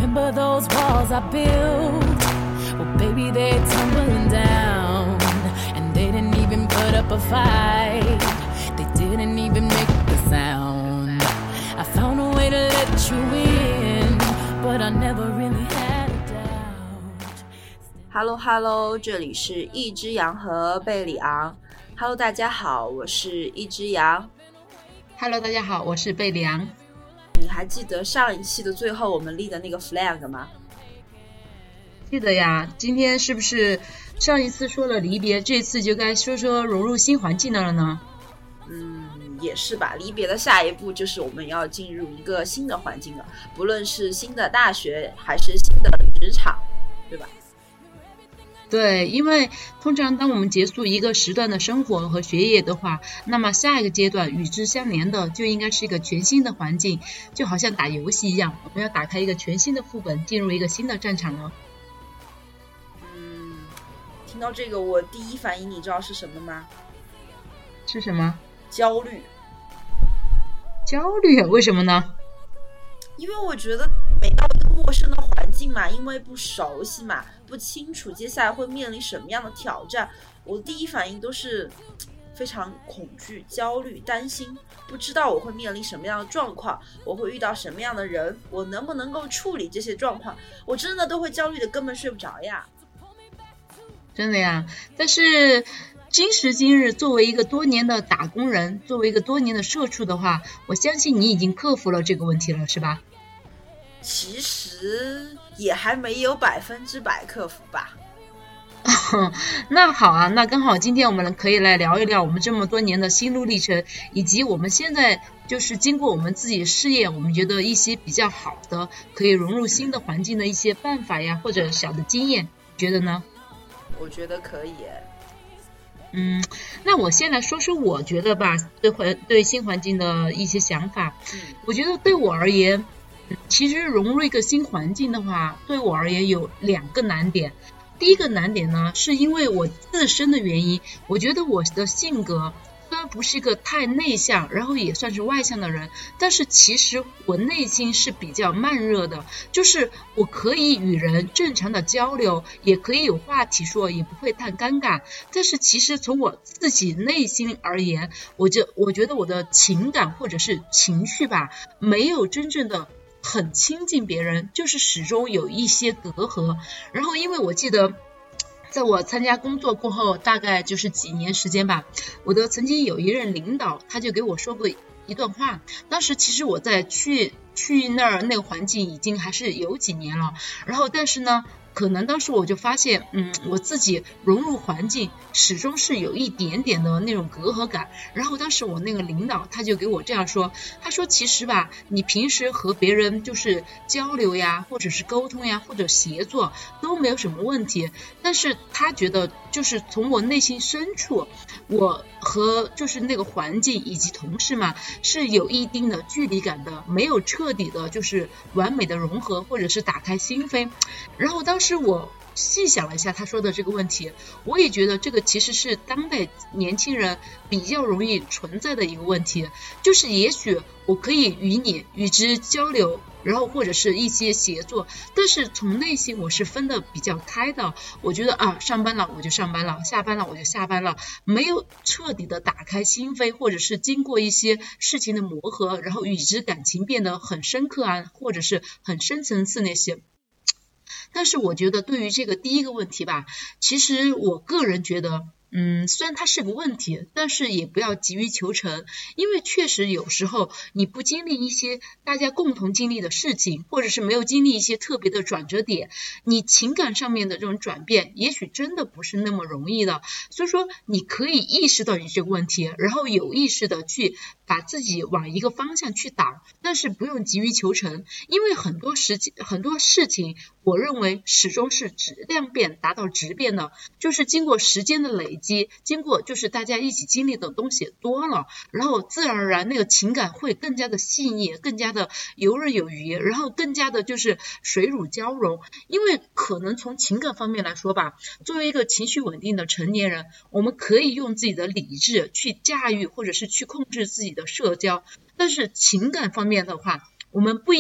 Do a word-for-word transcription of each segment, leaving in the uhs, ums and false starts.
remember those walls I built. Well, baby, they're tumbling down. And they didn't even put up a fight. They didn't even make a sound. I found a way to let you in, but I never really had a doubt. Hello Hello， 这里是一只羊和贝里昂。Hello， 大家好，我是一只羊。 Hello， 大家好，我是贝里昂。 你还记得上一期的最后我们立的那个 flag 吗？ 记得呀。今天是不是上一次说了离别，这次就该说说融入新环境的了呢？ 嗯，也是吧。离别的下一步就是我们要进入一个新的环境了，不论是新的大学还是新的职场，对吧？ 对，因为通常当我们结束一个时段的生活和学业的话，那么下一个阶段与之相连的就应该是一个全新的环境，就好像打游戏一样，我们要打开一个全新的副本，进入一个新的战场了。 嗯，听到这个我第一反应你知道是什么吗？ 是什么？ 焦虑。 焦虑？为什么呢？ 因为我觉得每到一个陌生的环境嘛，因为不熟悉嘛，不清楚接下来会面临什么样的挑战，我第一反应都是非常恐惧、焦虑、担心，不知道我会面临什么样的状况，我会遇到什么样的人，我能不能够处理这些状况，我真的都会焦虑的根本睡不着呀。 真的呀。但是今时今日，作为一个多年的打工人，作为一个多年的社畜的话，我相信你已经克服了这个问题了，是吧？ 其实也还没有百分之百克服吧。 那好啊，那刚好今天我们可以来聊一聊我们这么多年的心路历程，以及我们现在就是经过我们自己事业，我们觉得一些比较好的可以融入新的环境的一些办法呀，或者小的经验，觉得呢？ 我觉得可以耶。 嗯，那我先来说说我觉得吧，对环对新环境的一些想法。 嗯， 我觉得对我而言，其实融入一个新环境的话，对我而言有两个难点。第一个难点呢，是因为我自身的原因，我觉得我的性格虽然不是一个太内向，然后也算是外向的人，但是其实我内心是比较慢热的，就是我可以与人正常的交流，也可以有话题说，也不会太尴尬。但是其实从我自己内心而言，我就我觉得我的情感或者是情绪吧，没有真正的很亲近别人，就是始终有一些隔阂。然后因为我记得在我参加工作过后，大概就是几年时间吧，我的曾经有一任领导，他就给我说过一段话。当时其实我在去去那儿那个环境已经还是有几年了，然后但是呢可能当时我就发现，嗯，我自己融入环境始终是有一点点的那种隔阂感。然后当时我那个领导他就给我这样说，他说其实吧，你平时和别人就是交流呀，或者是沟通呀，或者协作都没有什么问题，但是他觉得就是从我内心深处，我和就是那个环境以及同事嘛是有一定的距离感的，没有彻底的就是完美的融合或者是打开心扉。然后当时我细想了一下他说的这个问题，我也觉得这个其实是当代年轻人比较容易存在的一个问题，就是也许我可以与你与之交流，然后或者是一些协作，但是从内心我是分得比较开的。我觉得啊，上班了我就上班了，下班了我就下班了，没有彻底的打开心扉，或者是经过一些事情的磨合，然后与之感情变得很深刻啊，或者是很深层次那些。但是我觉得对于这个第一个问题吧，其实我个人觉得嗯，虽然它是个问题，但是也不要急于求成，因为确实有时候你不经历一些大家共同经历的事情，或者是没有经历一些特别的转折点，你情感上面的这种转变也许真的不是那么容易的。所以说你可以意识到你这个问题，然后有意识的去把自己往一个方向去导，但是不用急于求成，因为很多事情很多事情我认为始终是质量变达到质变的，就是经过时间的累积，经过就是大家一起经历的东西多了，然后自然而然那个情感会更加的细腻，更加的游刃有余，然后更加的就是水乳交融。因为可能从情感方面来说吧，作为一个情绪稳定的成年人，我们可以用自己的理智去驾驭或者是去控制自己的社交，但是情感方面的话，我们不一定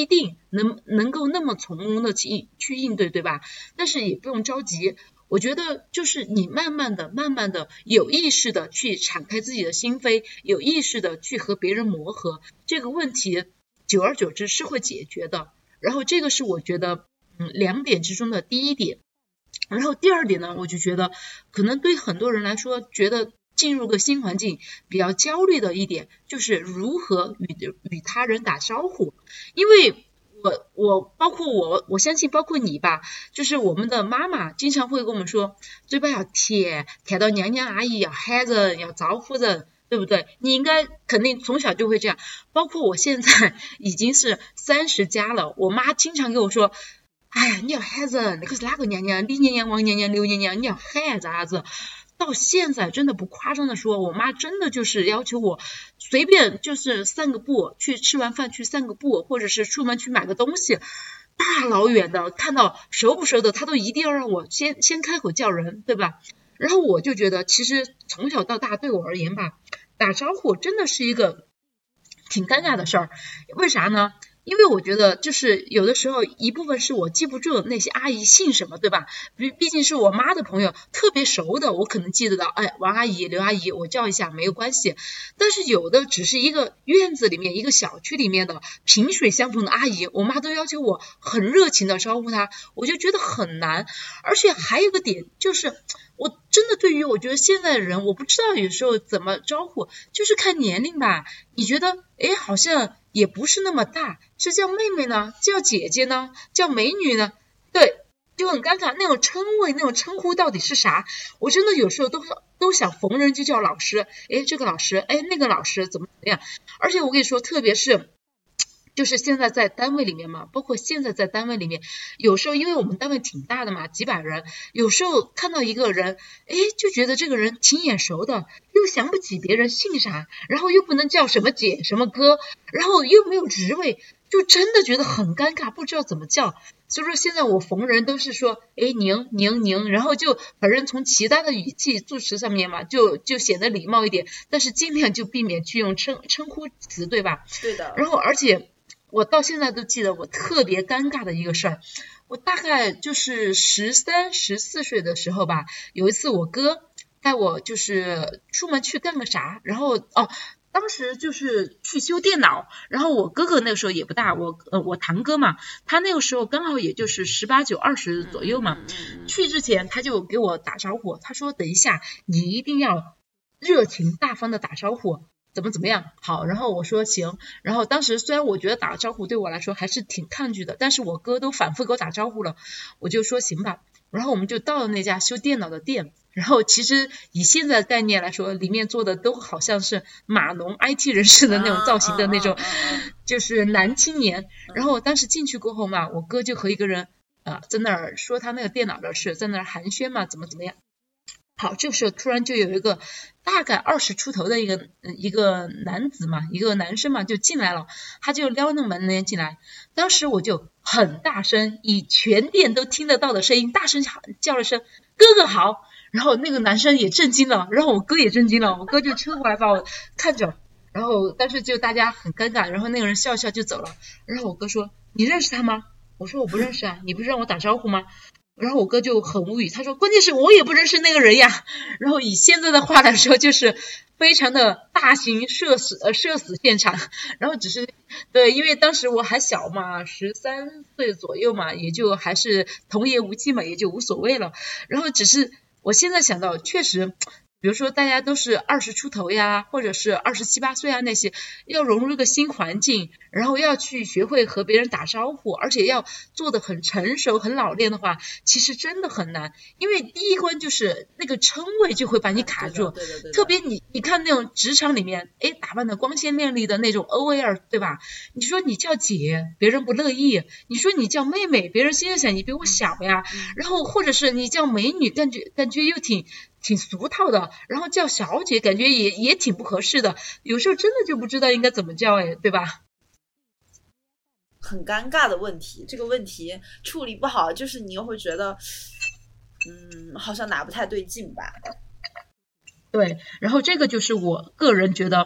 能能够那么从容的去去应对，对吧？但是也不用着急，我觉得就是你慢慢的、慢慢的有意识的去敞开自己的心扉，有意识的去和别人磨合，这个问题久而久之是会解决的。然后这个是我觉得嗯两点之中的第一点。然后第二点呢，我就觉得可能对很多人来说，觉得进入个新环境比较焦虑的一点，就是如何与与他人打招呼。因为我我包括我我相信包括你吧，就是我们的妈妈经常会跟我们说，嘴巴要甜，看到娘娘阿姨要喊人，要招呼人，对不对？你应该肯定从小就会这样。包括我现在已经是三十加了，我妈经常跟我说，哎呀，你要喊人，那个是哪个娘娘？李娘娘、王娘娘、刘娘娘，你要喊啥子？到现在真的不夸张的说，我妈真的就是要求我随便就是散个步，去吃完饭去散个步，或者是出门去买个东西，大老远的看到熟不熟的，她都一定要让我先先开口叫人，对吧？然后我就觉得其实从小到大对我而言吧，打招呼真的是一个挺尴尬的事儿。为啥呢？因为我觉得就是有的时候一部分是我记不住那些阿姨姓什么，对吧？毕毕竟是我妈的朋友，特别熟的我可能记得到，哎，王阿姨、刘阿姨我叫一下没有关系。但是有的只是一个院子里面一个小区里面的萍水相逢的阿姨，我妈都要求我很热情的招呼她，我就觉得很难。而且还有一个点就是我真的对于我觉得现在的人，我不知道有时候怎么招呼，就是看年龄吧。你觉得诶好像也不是那么大，是叫妹妹呢，叫姐姐呢，叫美女呢，对，就很尴尬。那种称谓那种称呼到底是啥？我真的有时候都都想逢人就叫老师，诶这个老师，诶那个老师怎么怎么样。而且我跟你说，特别是就是现在在单位里面嘛，包括现在在单位里面，有时候因为我们单位挺大的嘛，几百人，有时候看到一个人，诶就觉得这个人挺眼熟的，又想不起别人姓啥，然后又不能叫什么姐什么哥，然后又没有职位，就真的觉得很尴尬，不知道怎么叫。所以说现在我逢人都是说诶您您您，然后就反正从其他的语气助词上面嘛，就就显得礼貌一点，但是尽量就避免去用称称呼词，对吧？ 对的。 然后而且我到现在都记得我特别尴尬的一个事儿，我大概就是十三、十四岁的时候吧，有一次我哥带我就是出门去干个啥，然后哦，当时就是去修电脑，然后我哥哥那个时候也不大，我呃我堂哥嘛，他那个时候刚好也就是十八九、二十左右嘛，去之前他就给我打招呼，他说等一下你一定要热情大方的打招呼。怎么怎么样好，然后我说行，然后当时虽然我觉得打招呼对我来说还是挺抗拒的，但是我哥都反复给我打招呼了，我就说行吧。然后我们就到了那家修电脑的店，然后其实以现在的概念来说，里面做的都好像是码农 I T 人士的那种造型的那种，就是男青年。然后当时进去过后嘛，我哥就和一个人呃在那儿说他那个电脑的事，在那儿寒暄嘛，怎么怎么样。好，这个时候突然就有一个大概二十出头的一个一个男子嘛，一个男生嘛就进来了，他就撩那个门帘进来，当时我就很大声，以全店都听得到的声音大声叫了声哥哥好，然后那个男生也震惊了，然后我哥也震惊了，我哥就车过来把我看着，然后但是就大家很尴尬，然后那个人笑笑就走了，然后我哥说你认识他吗？我说我不认识啊，你不是让我打招呼吗？然后我哥就很无语，他说关键是我也不认识那个人呀。然后以现在的话来说，就是非常的大型社死呃社死现场。然后只是对，因为当时我还小嘛，十三岁左右嘛，也就还是童言无忌嘛，也就无所谓了。然后只是我现在想到，确实比如说大家都是二十出头呀，或者是二十七八岁啊，那些要融入一个新环境，然后要去学会和别人打招呼，而且要做得很成熟很老练的话，其实真的很难。因为第一关就是那个称谓就会把你卡住， 对的对的对的， 特别你你看那种职场里面诶打扮的光鲜亮丽的那种 O L 对吧，你说你叫姐别人不乐意，你说你叫妹妹别人心里想你比我小呀，然后或者是你叫美女感觉感觉又挺挺俗套的，然后叫小姐感觉也也挺不合适的，有时候真的就不知道应该怎么叫哎，对吧？ 很尴尬的问题，这个问题处理不好，就是你又会觉得嗯好像哪不太对劲吧。 对，然后这个就是我个人觉得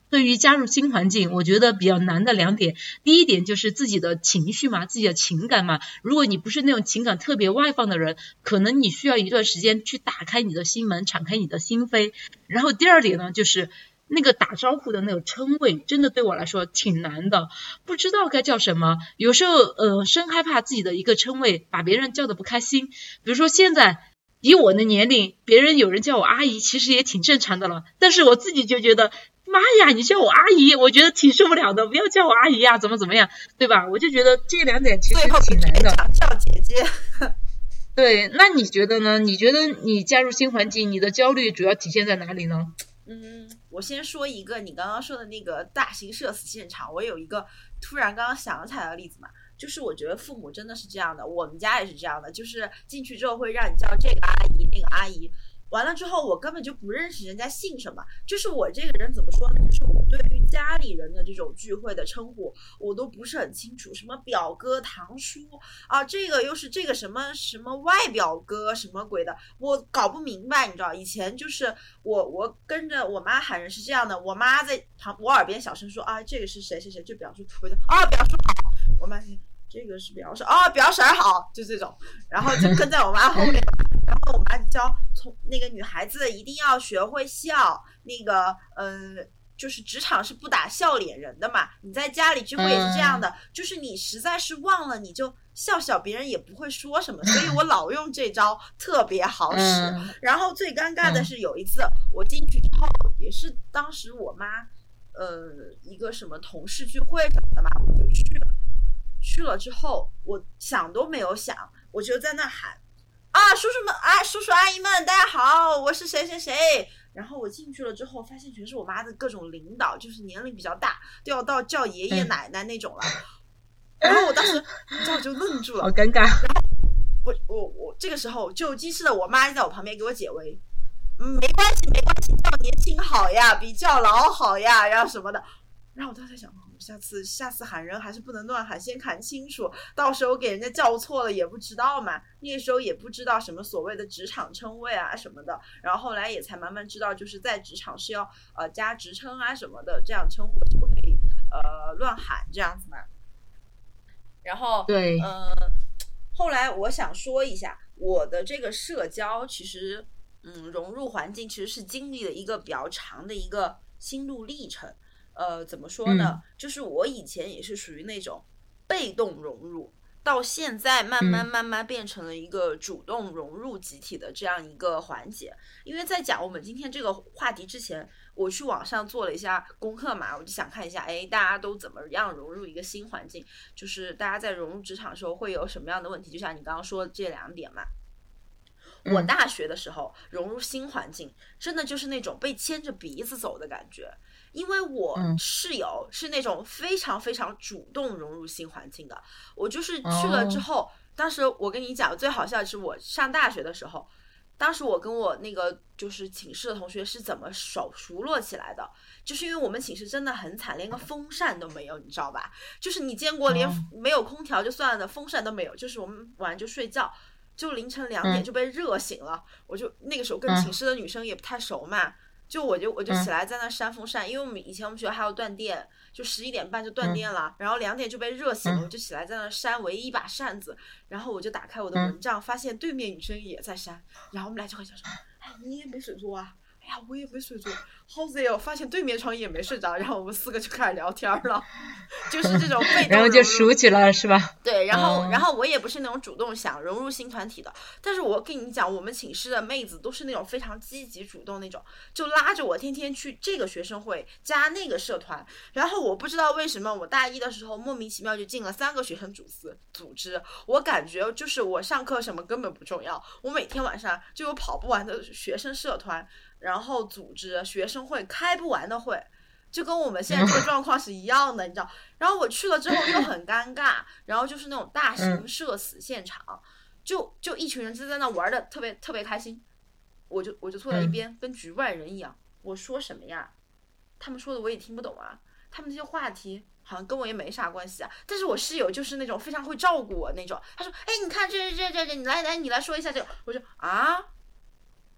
对于加入新环境，我觉得比较难的两点，第一点就是自己的情绪嘛，自己的情感嘛。如果你不是那种情感特别外放的人，可能你需要一段时间去打开你的心门，敞开你的心扉。然后第二点呢，就是那个打招呼的那个称谓，真的对我来说挺难的，不知道该叫什么。有时候呃，生害怕自己的一个称谓把别人叫得不开心。比如说现在以我的年龄，别人有人叫我阿姨，其实也挺正常的了。但是我自己就觉得，妈呀，你叫我阿姨，我觉得挺受不了的，不要叫我阿姨啊，怎么怎么样，对吧？我就觉得这两点其实挺难的。 叫姐姐。 对，那你觉得呢？你觉得你加入新环境，你的焦虑主要体现在哪里呢？ 嗯，我先说一个你刚刚说的那个大型社死现场，我有一个突然刚刚想起来的例子嘛，就是我觉得父母真的是这样的，我们家也是这样的，就是进去之后会让你叫这个阿姨那个阿姨，完了之后我根本就不认识人家姓什么，就是我这个人怎么说呢，就是我对于家里人的这种聚会的称呼我都不是很清楚，什么表哥堂叔啊，这个又是这个什么什么外表哥什么鬼的，我搞不明白，你知道以前就是我我跟着我妈喊人是这样的，我妈在旁我耳边小声说啊，这个是谁谁谁，就表叔，我就啊表叔好，我妈这个是表婶啊，表婶好，就这种，然后就跟在我妈后面，然后我妈就教从那个女孩子一定要学会笑，那个嗯、呃，就是职场是不打笑脸人的嘛，你在家里聚会也是这样的，嗯、就是你实在是忘了，你就笑笑，别人也不会说什么，所以我老用这招，特别好使。嗯、然后最尴尬的是有一次、嗯、我进去之后，也是当时我妈呃一个什么同事聚会什么的嘛，我就去了。去了之后，我想都没有想，我就在那喊啊，叔叔们啊，叔叔阿姨们，大家好，我是谁谁谁。然后我进去了之后，发现全是我妈的各种领导，就是年龄比较大，都要到叫爷爷奶奶那种了。然后我当时，你知道，我就愣住了， 好尴尬。 然后我我我这个时候就机智的我妈在我旁边给我解围，嗯，没关系没关系，叫年轻好呀，比较老好呀，然后什么的。然后我当时在想，下次下次喊人还是不能乱喊，先看清楚，到时候给人家叫错了也不知道嘛。那个时候也不知道什么所谓的职场称谓啊什么的，然后后来也才慢慢知道，就是在职场是要呃加职称啊什么的，这样称呼就不可以呃乱喊这样子嘛。然后对， 呃，后来我想说一下，我的这个社交其实嗯融入环境其实是经历了一个比较长的一个心路历程。呃，怎么说呢？嗯、就是我以前也是属于那种被动融入，到现在慢慢慢慢变成了一个主动融入集体的这样一个环节。因为在讲我们今天这个话题之前，我去网上做了一下功课嘛，我就想看一下，哎，大家都怎么样融入一个新环境？就是大家在融入职场的时候会有什么样的问题？就像你刚刚说的这两点嘛。我大学的时候融入新环境，真的就是那种被牵着鼻子走的感觉。因为我室友是那种非常非常主动融入新环境的，我就是去了之后，当时我跟你讲最好笑的是我上大学的时候，当时我跟我那个就是寝室的同学是怎么熟熟络起来的，就是因为我们寝室真的很惨，连个风扇都没有，你知道吧？就是你见过连没有空调就算了的，风扇都没有，就是我们晚上就睡觉，就凌晨两点就被热醒了，我就那个时候跟寝室的女生也不太熟嘛。就我就我就起来在那扇风扇，嗯、因为我们以前我们学校还有断电，就十一点半就断电了，嗯、然后两点就被热醒了，嗯、我就起来在那扇唯一一把扇子，然后我就打开我的蚊帐，嗯、发现对面女生也在扇，然后我们俩就会想说，哎，你也没水做啊？哎呀，我也没睡着，好贼哦！发现对面床也没睡着，然后我们四个就开始聊天了，就是这种被动， 然后就熟起来了，是吧？ 对，然后、嗯、然后我也不是那种主动想融入新团体的，但是我跟你讲，我们寝室的妹子都是那种非常积极主动那种，就拉着我天天去这个学生会加那个社团，然后我不知道为什么我大一的时候莫名其妙就进了三个学生组织组织，我感觉就是我上课什么根本不重要，我每天晚上就有跑不完的学生社团。然后组织学生会，开不完的会，就跟我们现在这个状况是一样的，你知道。然后我去了之后又很尴尬，然后就是那种大型社死现场，就就一群人就在那玩的特别特别开心，我就我就坐在一边，跟局外人一样。我说什么呀？他们说的我也听不懂啊，他们这些话题好像跟我也没啥关系啊。但是我室友就是那种非常会照顾我那种，他说：“哎，你看这这这这，你来来你来说一下这个。”我说：“啊。”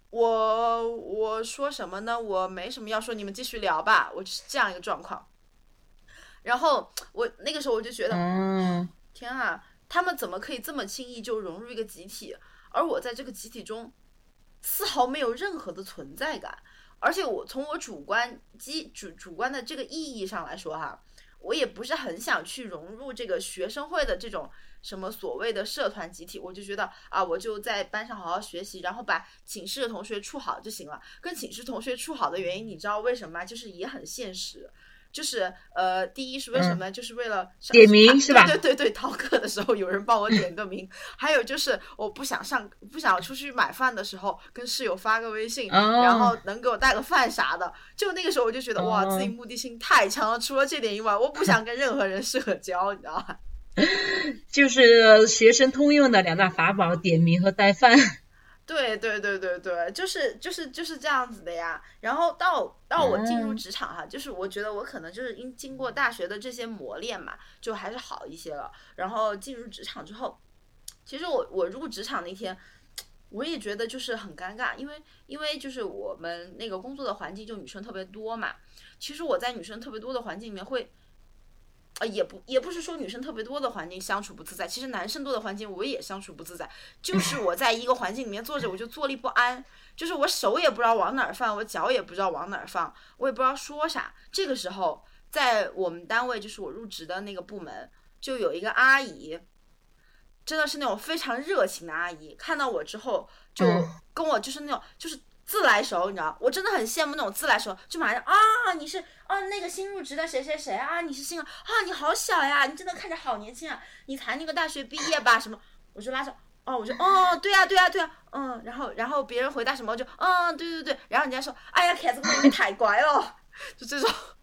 我我说什么呢？我没什么要说，你们继续聊吧。我是这样一个状况。然后我那个时候我就觉得， 嗯， 天啊，他们怎么可以这么轻易就融入一个集体，而我在这个集体中丝毫没有任何的存在感。而且我从我主观基主主观的这个意义上来说哈，我也不是很想去融入这个学生会的这种什么所谓的社团集体，我就觉得啊，我就在班上好好学习，然后把寝室的同学处好就行了。跟寝室同学处好的原因，你知道为什么吗？就是也很现实。就是呃，第一是为什么？嗯、就是为了点名是吧？ 对对对，逃课的时候有人帮我点个名。还有就是我不想上，不想出去买饭的时候，跟室友发个微信，哦、然后能给我带个饭啥的。就那个时候我就觉得、哦、哇，自己目的性太强了。除了这点以外，我不想跟任何人社交，你知道吗？ 就是学生通用的两大法宝：点名和带饭。 对对对对对，就是就是就是这样子的呀。然后到到我进入职场哈，嗯、就是我觉得我可能就是因经过大学的这些磨练嘛，就还是好一些了。然后进入职场之后，其实我我入职场那天，我也觉得就是很尴尬，因为因为就是我们那个工作的环境就女生特别多嘛。其实我在女生特别多的环境里面会。呃，也不也不是说女生特别多的环境相处不自在，其实男生多的环境我也相处不自在。就是我在一个环境里面坐着，我就坐立不安，就是我手也不知道往哪儿放，我脚也不知道往哪儿放，我也不知道说啥。这个时候，在我们单位，就是我入职的那个部门，就有一个阿姨，真的是那种非常热情的阿姨，看到我之后就跟我就是那种就是。自来熟，你知道，我真的很羡慕那种自来熟，就马上啊，你是啊那个新入职的谁谁谁啊，你是新啊，你好小呀，你真的看着好年轻啊，你才那个大学毕业吧什么，我就拉手，哦，我就哦对呀、啊、对呀、啊、对呀、啊，嗯，然后然后别人回答什么我就嗯对对对，然后人家说哎呀凯子哥你太乖了，就这种。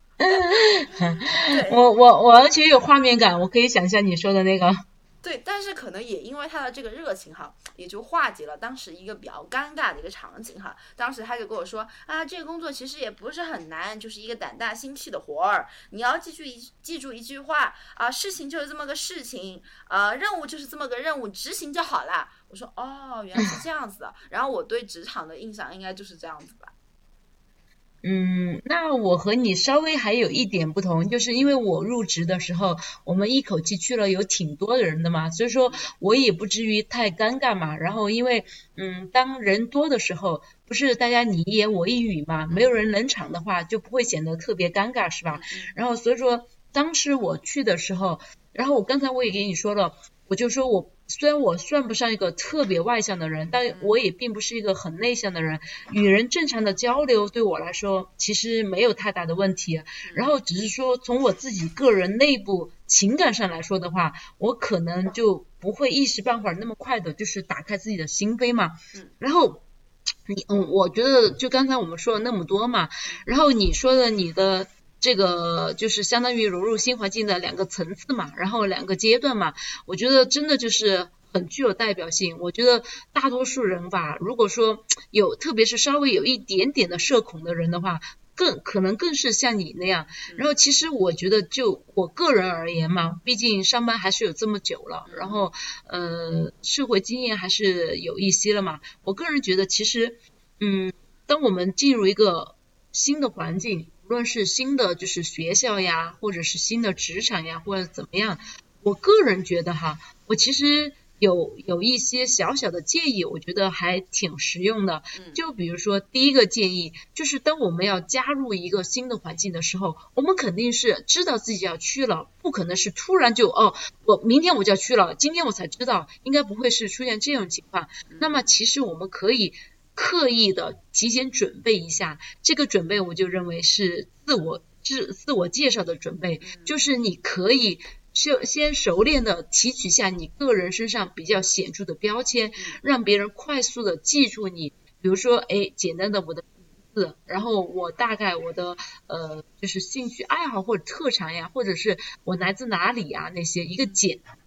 我我我而且有画面感，我可以想象你说的那个。 对，但是可能也因为他的这个热情哈，也就化解了当时一个比较尴尬的一个场景哈。当时他就跟我说啊，这个工作其实也不是很难，就是一个胆大心细的活儿。你要记住一记住一句话啊，事情就是这么个事情，啊，任务就是这么个任务，执行就好啦。我说哦，原来是这样子的。然后我对职场的印象应该就是这样子吧。 嗯，那我和你稍微还有一点不同，就是因为我入职的时候，我们一口气去了有挺多的人的嘛，所以说我也不至于太尴尬嘛。然后因为嗯，当人多的时候，不是大家你一言我一语嘛，没有人冷场的话，就不会显得特别尴尬，是吧？然后所以说当时我去的时候，然后我刚才我也跟你说了，我就说我虽然我算不上一个特别外向的人，但我也并不是一个很内向的人，与人正常的交流对我来说其实没有太大的问题。然后只是说从我自己个人内部情感上来说的话，我可能就不会一时半会儿那么快的就是打开自己的心扉嘛。然后你嗯，我觉得就刚才我们说了那么多嘛，然后你说的你的这个就是相当于融入新环境的两个层次嘛，然后两个阶段嘛，我觉得真的就是很具有代表性。我觉得大多数人吧，如果说有特别是稍微有一点点的社恐的人的话，更可能更是像你那样。然后其实我觉得就我个人而言嘛，毕竟上班还是有这么久了，然后呃社会经验还是有一些了嘛，我个人觉得其实嗯，当我们进入一个新的环境，无论是新的就是学校呀，或者是新的职场呀，或者怎么样，我个人觉得哈，我其实有有一些小小的建议，我觉得还挺实用的。就比如说第一个建议，就是当我们要加入一个新的环境的时候，我们肯定是知道自己要去了，不可能是突然就哦，我明天我就要去了，今天我才知道，应该不会是出现这种情况。那么其实我们可以刻意的提前准备一下，这个准备我就认为是自我自自我介绍的准备，就是你可以先先熟练的提取下你个人身上比较显著的标签，让别人快速的记住你。比如说哎，简单的我的名字，然后我大概我的呃就是兴趣爱好或者特长呀，或者是我来自哪里呀，那些一个简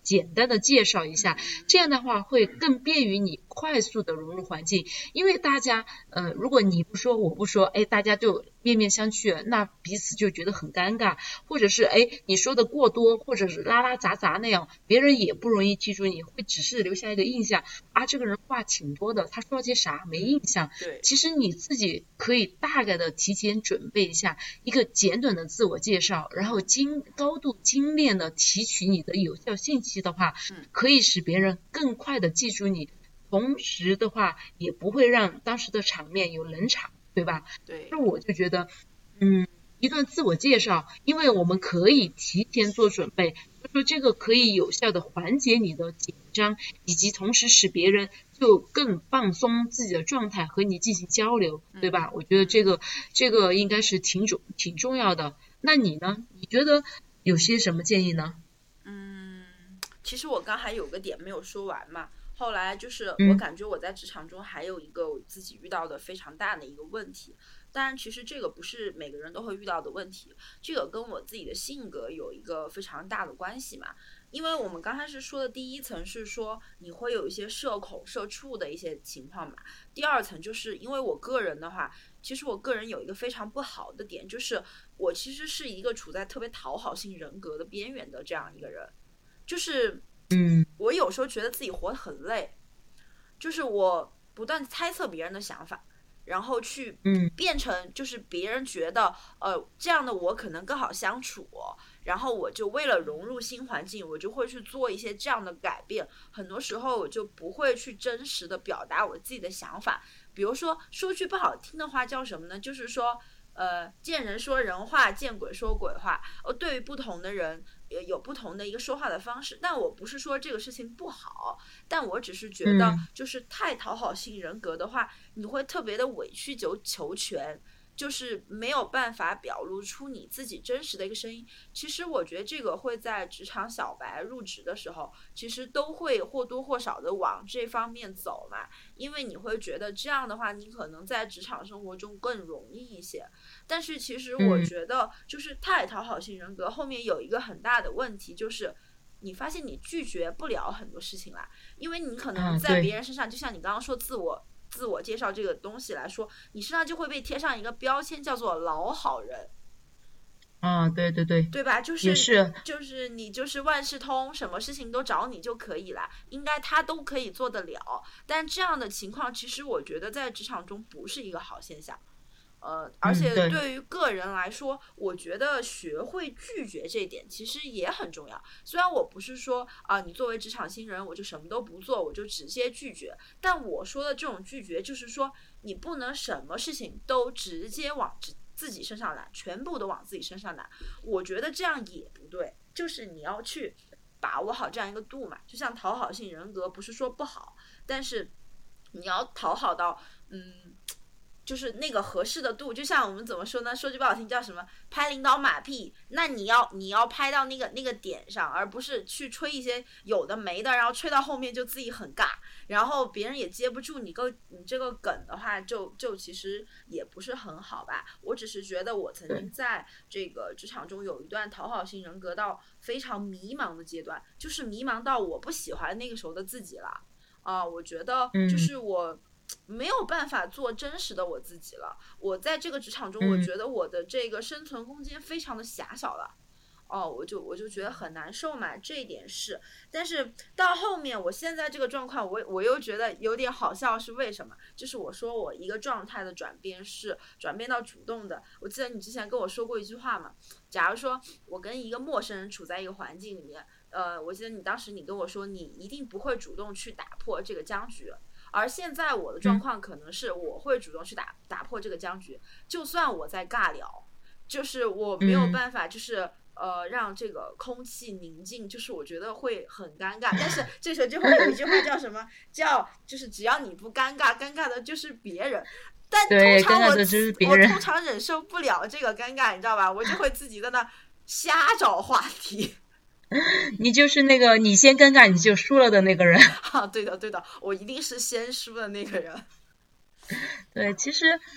简单的介绍一下，这样的话会更便于你快速的融入环境。因为大家呃，如果你不说我不说，哎，大家就面面相觑，那彼此就觉得很尴尬，或者是哎你说的过多，或者是拉拉杂杂那样，别人也不容易记住你，会只是留下一个印象啊，这个人话挺多的，他说了些啥没印象。 对， 其实你自己可以大概的提前准备一下一个简短的自我介绍，然后精高度精炼的提取你的有效信息的话，可以使别人更快的记住你，同时的话也不会让当时的场面有冷场，对吧？ 对， 那我就觉得嗯，一段自我介绍，因为我们可以提前做准备，就说这个可以有效的缓解你的紧张，以及同时使别人就更放松自己的状态和你进行交流，对吧？我觉得这个这个应该是挺重挺重要的。那你呢？你觉得有些什么建议呢？ 嗯，其实我刚还有个点没有说完嘛。后来就是嗯我感觉我在职场中还有一个我自己遇到的非常大的一个问题，当然其实这个不是每个人都会遇到的问题，这个跟我自己的性格有一个非常大的关系嘛。因为我们刚开始说的第一层是说你会有一些社恐社畜的一些情况嘛，第二层就是因为我个人的话，其实我个人有一个非常不好的点，就是我其实是一个处在特别讨好性人格的边缘的这样一个人，就是嗯， 我有时候觉得自己活得很累，就是我不断猜测别人的想法，然后去变成就是别人觉得呃这样的我可能更好相处，然后我就为了融入新环境，我就会去做一些这样的改变，很多时候我就不会去真实的表达我自己的想法。比如说说句不好听的话叫什么呢，就是说呃，见人说人话，见鬼说鬼话。呃，对于不同的人也有不同的一个说话的方式，但我不是说这个事情不好，但我只是觉得就是太讨好型人格的话，你会特别的委曲求全，就是没有办法表露出你自己真实的一个声音。其实我觉得这个会在职场小白入职的时候，其实都会或多或少的往这方面走嘛，因为你会觉得这样的话，你可能在职场生活中更容易一些。但是其实我觉得，就是太讨好型人格后面有一个很大的问题，就是你发现你拒绝不了很多事情啦，因为你可能在别人身上，就像你刚刚说自我。自我介绍这个东西来说，你身上就会被贴上一个标签，叫做老好人。 啊，对对对， 对吧？就是是就是你就是万事通，什么事情都找你就可以了，应该他都可以做得了。但这样的情况，其实我觉得在职场中不是一个好现象。呃，而且对于个人来说，嗯、我觉得学会拒绝这一点其实也很重要。虽然我不是说啊、呃，你作为职场新人，我就什么都不做，我就直接拒绝。但我说的这种拒绝，就是说你不能什么事情都直接往自己身上拿，全部都往自己身上拿。我觉得这样也不对，就是你要去把握好这样一个度嘛。就像讨好性人格，不是说不好，但是你要讨好到嗯。就是那个合适的度，就像我们怎么说呢？说句不好听，叫什么拍领导马屁？那你要你要拍到那个那个点上，而不是去吹一些有的没的，然后吹到后面就自己很尬，然后别人也接不住你个你这个梗的话，就就其实也不是很好吧。我只是觉得我曾经在这个职场中有一段讨好型人格到非常迷茫的阶段，就是迷茫到我不喜欢那个时候的自己了啊、呃！我觉得就是我。嗯没有办法做真实的我自己了。我在这个职场中，我觉得我的这个生存空间非常的狭小了。哦，我就我就觉得很难受嘛，这一点是。但是到后面，我现在这个状况，我我又觉得有点好笑，是为什么？就是我说我一个状态的转变是转变到主动的。我记得你之前跟我说过一句话嘛，假如说我跟一个陌生人处在一个环境里面，呃，我记得你当时你跟我说，你一定不会主动去打破这个僵局。而现在我的状况可能是我会主动去打打破这个僵局，就算我在尬聊，就是我没有办法，就是呃让这个空气宁静，就是我觉得会很尴尬。但是这时候就会有一句话叫什么？叫就是只要你不尴尬，尴尬的就是别人。但通常我我通常忍受不了这个尴尬，你知道吧？我就会自己在那瞎找话题。 你就是那个你先尴尬你就输了的那个人啊，对的对的，我一定是先输的那个人。 对，其实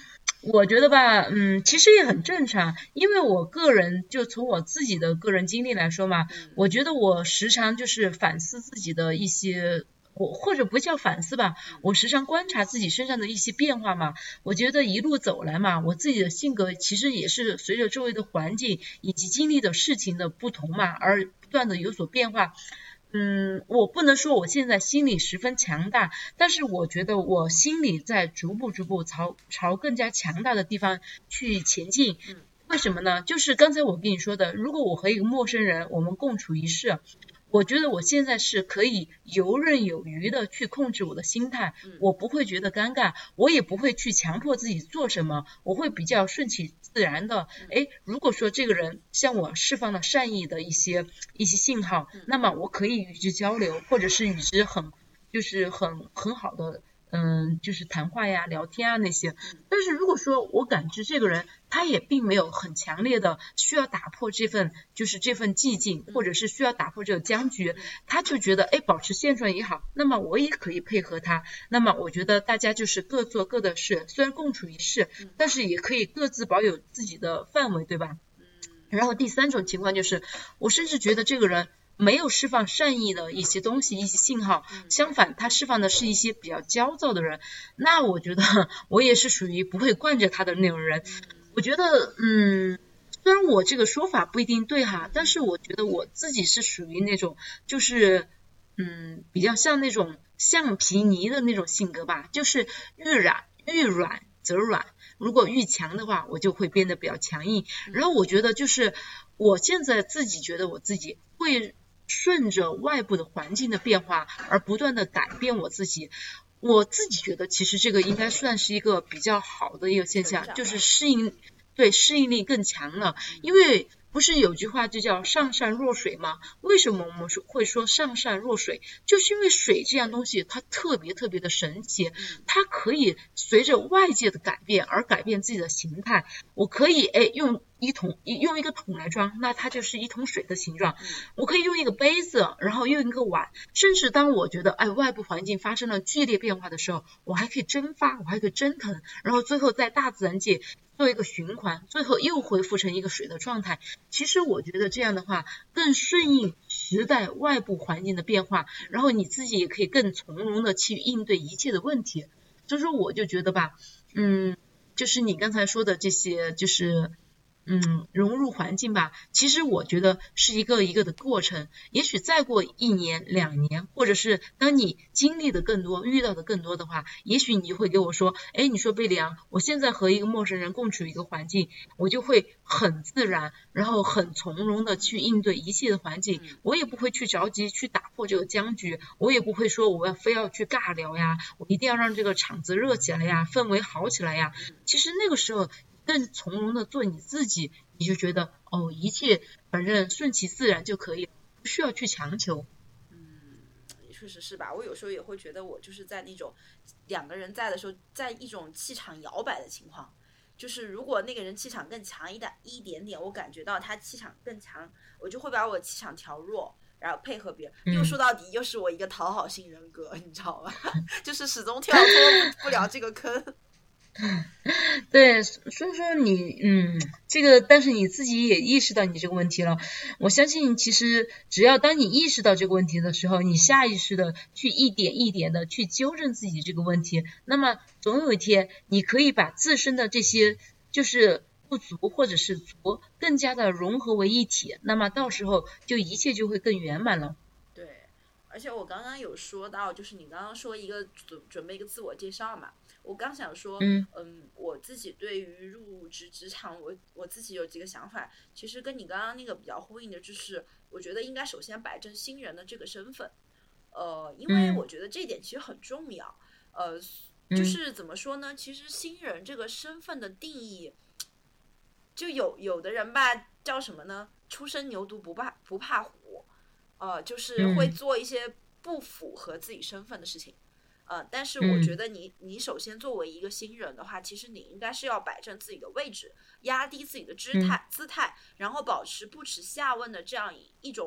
我觉得吧，嗯，其实也很正常，因为我个人就从我自己的个人经历来说嘛， 嗯我觉得我时常就是反思自己的一些。我或者不叫反思吧，我时常观察自己身上的一些变化嘛。我觉得一路走来嘛，我自己的性格其实也是随着周围的环境以及经历的事情的不同嘛，而不断的有所变化。嗯，我不能说我现在心理十分强大，但是我觉得我心里在逐步逐步朝朝更加强大的地方去前进。为什么呢？就是刚才我跟你说的，如果我和一个陌生人我们共处一室，我觉得我现在是可以游刃有余的去控制我的心态，我不会觉得尴尬，我也不会去强迫自己做什么，我会比较顺其自然的。诶，如果说这个人向我释放了善意的一些一些信号，那么我可以与之交流，或者是与之很就是很很好的嗯，就是谈话呀、聊天啊那些。但是如果说我感知这个人，他也并没有很强烈的需要打破这份就是这份寂静，或者是需要打破这个僵局，他就觉得哎，保持现状也好，那么我也可以配合他。那么我觉得大家就是各做各的事，虽然共处一室，但是也可以各自保有自己的范围，对吧？然后第三种情况就是，我甚至觉得这个人没有释放善意的一些东西一些信号，相反他释放的是一些比较焦躁的人，那我觉得我也是属于不会惯着他的那种人。我觉得嗯，虽然我这个说法不一定对哈，但是我觉得我自己是属于那种就是嗯，比较像那种橡皮泥的那种性格吧，就是愈软愈软则软，如果愈强的话我就会变得比较强硬。然后我觉得就是我现在自己觉得我自己会顺着外部的环境的变化而不断的改变我自己，我自己觉得其实这个应该算是一个比较好的一个现象，就是适应对适应力更强了。因为不是有句话就叫上善若水吗？为什么我们会说上善若水？就是因为水这样东西它特别特别的神奇，它可以随着外界的改变而改变自己的形态。我可以哎用一桶用一个桶来装，那它就是一桶水的形状。我可以用一个杯子，然后用一个碗，甚至当我觉得哎外部环境发生了剧烈变化的时候，我还可以蒸发，我还可以蒸腾，然后最后在大自然界做一个循环，最后又恢复成一个水的状态。其实我觉得这样的话更顺应时代外部环境的变化，然后你自己也可以更从容的去应对一切的问题。所以说我就觉得吧，嗯，就是你刚才说的这些就是嗯，融入环境吧，其实我觉得是一个一个的过程。也许再过一年两年，或者是当你经历的更多遇到的更多的话，也许你会给我说，哎，你说贝利昂，我现在和一个陌生人共处一个环境，我就会很自然然后很从容的去应对一切的环境，我也不会去着急去打破这个僵局，我也不会说我要非要去尬聊呀，我一定要让这个场子热起来呀，氛围好起来呀。其实那个时候更从容的做你自己，你就觉得哦，一切反正顺其自然就可以了，不需要去强求。 嗯，确实是吧。我有时候也会觉得我就是在那种两个人在的时候，在一种气场摇摆的情况。就是如果那个人气场更强一点一点点，我感觉到他气场更强，我就会把我的气场调弱，然后配合别人。 嗯、 又说到底，又是我一个讨好型人格，你知道吗？就是始终跳脱不了这个坑。 对，所以说你嗯，这个但是你自己也意识到你这个问题了。我相信其实只要当你意识到这个问题的时候，你下意识的去一点一点的去纠正自己这个问题，那么总有一天你可以把自身的这些就是不足或者是足更加的融合为一体，那么到时候就一切就会更圆满了。 对，而且我刚刚有说到，就是你刚刚说一个准准备一个自我介绍嘛，我刚想说， 嗯嗯，我自己对于入职职场，我我自己有几个想法，其实跟你刚刚那个比较呼应的，就是我觉得应该首先摆正新人的这个身份，呃，因为我觉得这一点其实很重要，呃，就是怎么说呢？其实新人这个身份的定义，就有有的人吧，叫什么呢？初生牛犊不怕不怕虎，呃，就是会做一些不符合自己身份的事情。呃，但是我觉得你你首先作为一个新人的话，其实你应该是要摆正自己的位置，压低自己的姿态姿态，然后保持不耻下问的这样一种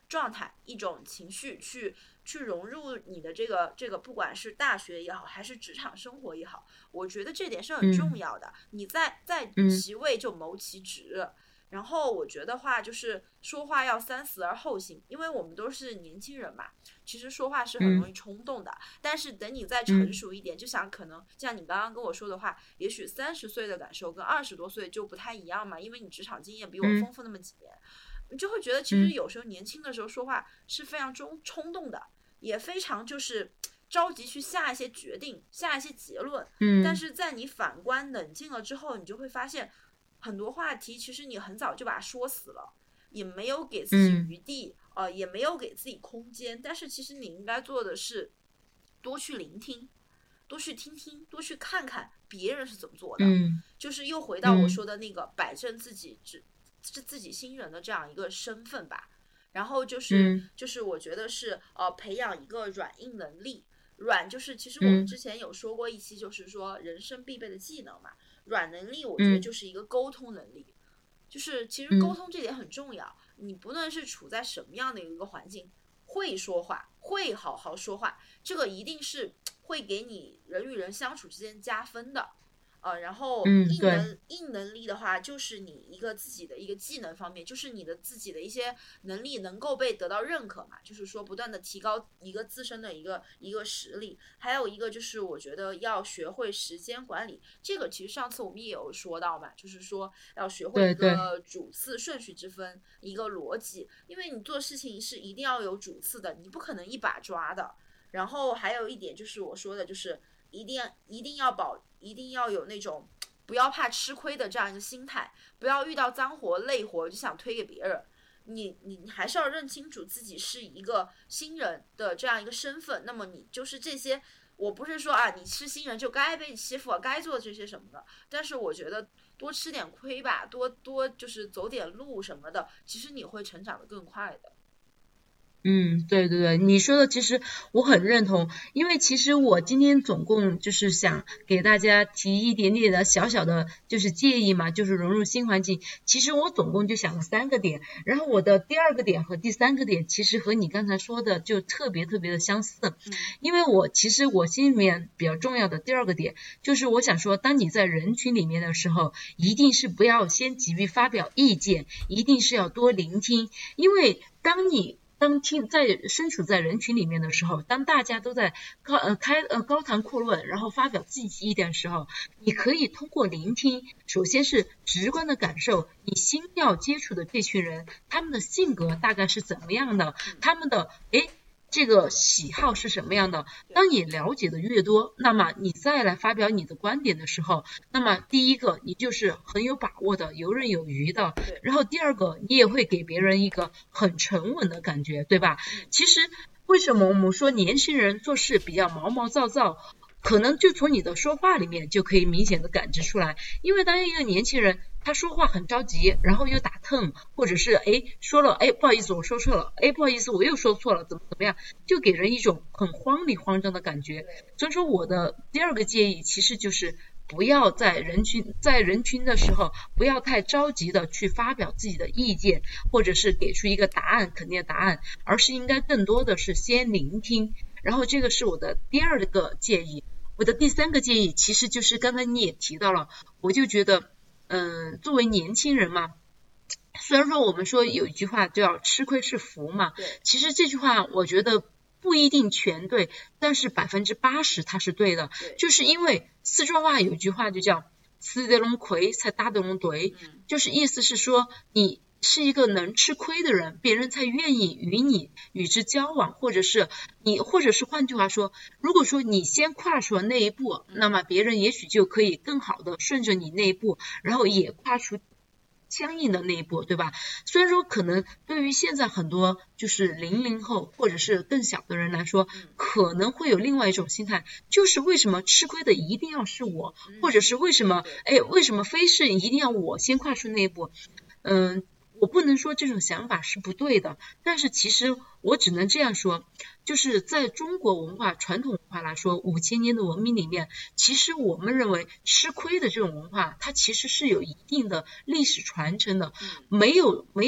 状态，一种情绪去去融入你的这个这个，不管是大学也好，还是职场生活也好，我觉得这点是很重要的。嗯、你在在其位就谋其职。嗯，然后我觉得话就是说话要三思而后行，因为我们都是年轻人嘛，其实说话是很容易冲动的。嗯、但是等你再成熟一点，嗯、就想可能像你刚刚跟我说的话，也许三十岁的感受跟二十多岁就不太一样嘛，因为你职场经验比我丰富那么几年，嗯、你就会觉得其实有时候年轻的时候说话是非常冲冲动的，也非常就是着急去下一些决定，下一些结论。嗯，但是在你反观冷静了之后，你就会发现。很多话题其实你很早就把它说死了，也没有给自己余地，嗯、呃，也没有给自己空间。但是其实你应该做的是多去聆听，多去听听，多去看看别人是怎么做的。嗯，就是又回到我说的那个摆正自己自自己新人的这样一个身份吧。然后就是、嗯、就是我觉得是呃培养一个软硬能力。软就是其实我们之前有说过一期，就是说人生必备的技能嘛。软能力我觉得就是一个沟通能力，嗯、就是其实沟通这点很重要。嗯、你不论是处在什么样的一个环境，会说话，会好好说话，这个一定是会给你人与人相处之间加分的。呃，然后硬能、嗯、硬能力的话，就是你一个自己的一个技能方面，就是你的自己的一些能力能够被得到认可嘛，就是说不断的提高一个自身的一个一个实力。还有一个就是我觉得要学会时间管理，这个其实上次我们也有说到嘛，就是说要学会一个主次顺序之分，一个逻辑，因为你做事情是一定要有主次的，你不可能一把抓的。然后还有一点就是我说的，就是一定一定要保。一定要有那种不要怕吃亏的这样一个心态，不要遇到脏活累活就想推给别人。你你还是要认清楚自己是一个新人的这样一个身份，那么你就是这些，我不是说啊你是新人就该被欺负，该做这些什么的，但是我觉得多吃点亏吧，多多就是走点路什么的，其实你会成长得更快的。 嗯，对对对，你说的其实我很认同，因为其实我今天总共就是想给大家提一点点的小小的就是建议嘛，就是融入新环境。其实我总共就想了三个点，然后我的第二个点和第三个点其实和你刚才说的就特别特别的相似。嗯、因为我其实我心里面比较重要的第二个点就是我想说，当你在人群里面的时候，一定是不要先急于发表意见，一定是要多聆听，因为当你当听在身处在人群里面的时候，当大家都在高呃开呃高谈阔论，然后发表自己意见的时候，你可以通过聆听，首先是直观的感受你新要接触的这群人，他们的性格大概是怎么样的，他们的诶这个喜好是什么样的。当你了解的越多，那么你再来发表你的观点的时候，那么第一个你就是很有把握的，游刃有余的，然后第二个你也会给别人一个很沉稳的感觉，对吧？其实为什么我们说年轻人做事比较毛毛躁躁，可能就从你的说话里面就可以明显的感知出来。因为当一个年轻人他说话很着急，然后又打腾，或者是哎说了哎不好意思我说错了，哎不好意思我又说错了，怎么怎么样，就给人一种很慌里慌张的感觉。所以说我的第二个建议其实就是不要在人群在人群的时候不要太着急的去发表自己的意见，或者是给出一个答案肯定的答案，而是应该更多的是先聆听。然后这个是我的第二个建议。我的第三个建议其实就是刚才你也提到了，我就觉得嗯、呃，作为年轻人嘛，虽然说我们说有一句话叫吃亏是福嘛，其实这句话我觉得不一定全对，但是百分之八十它是对的。就是因为四川话有一句话就叫吃得拢亏才打得拢对，就是意思是说你是一个能吃亏的人，别人才愿意与你与之交往，或者是你，或者是换句话说，如果说你先跨出了那一步，那么别人也许就可以更好的顺着你那一步，然后也跨出相应的那一步，对吧？虽然说可能对于现在很多就是零零后或者是更小的人来说，可能会有另外一种心态，就是为什么吃亏的一定要是我，或者是为什么哎为什么非是一定要我先跨出那一步。嗯，我不能说这种想法是不对的，但是其实我只能这样说，就是在中国文化传统文化来说，五千年的文明里面，其实我们认为吃亏的这种文化它其实是有一定的历史传承的，没有没有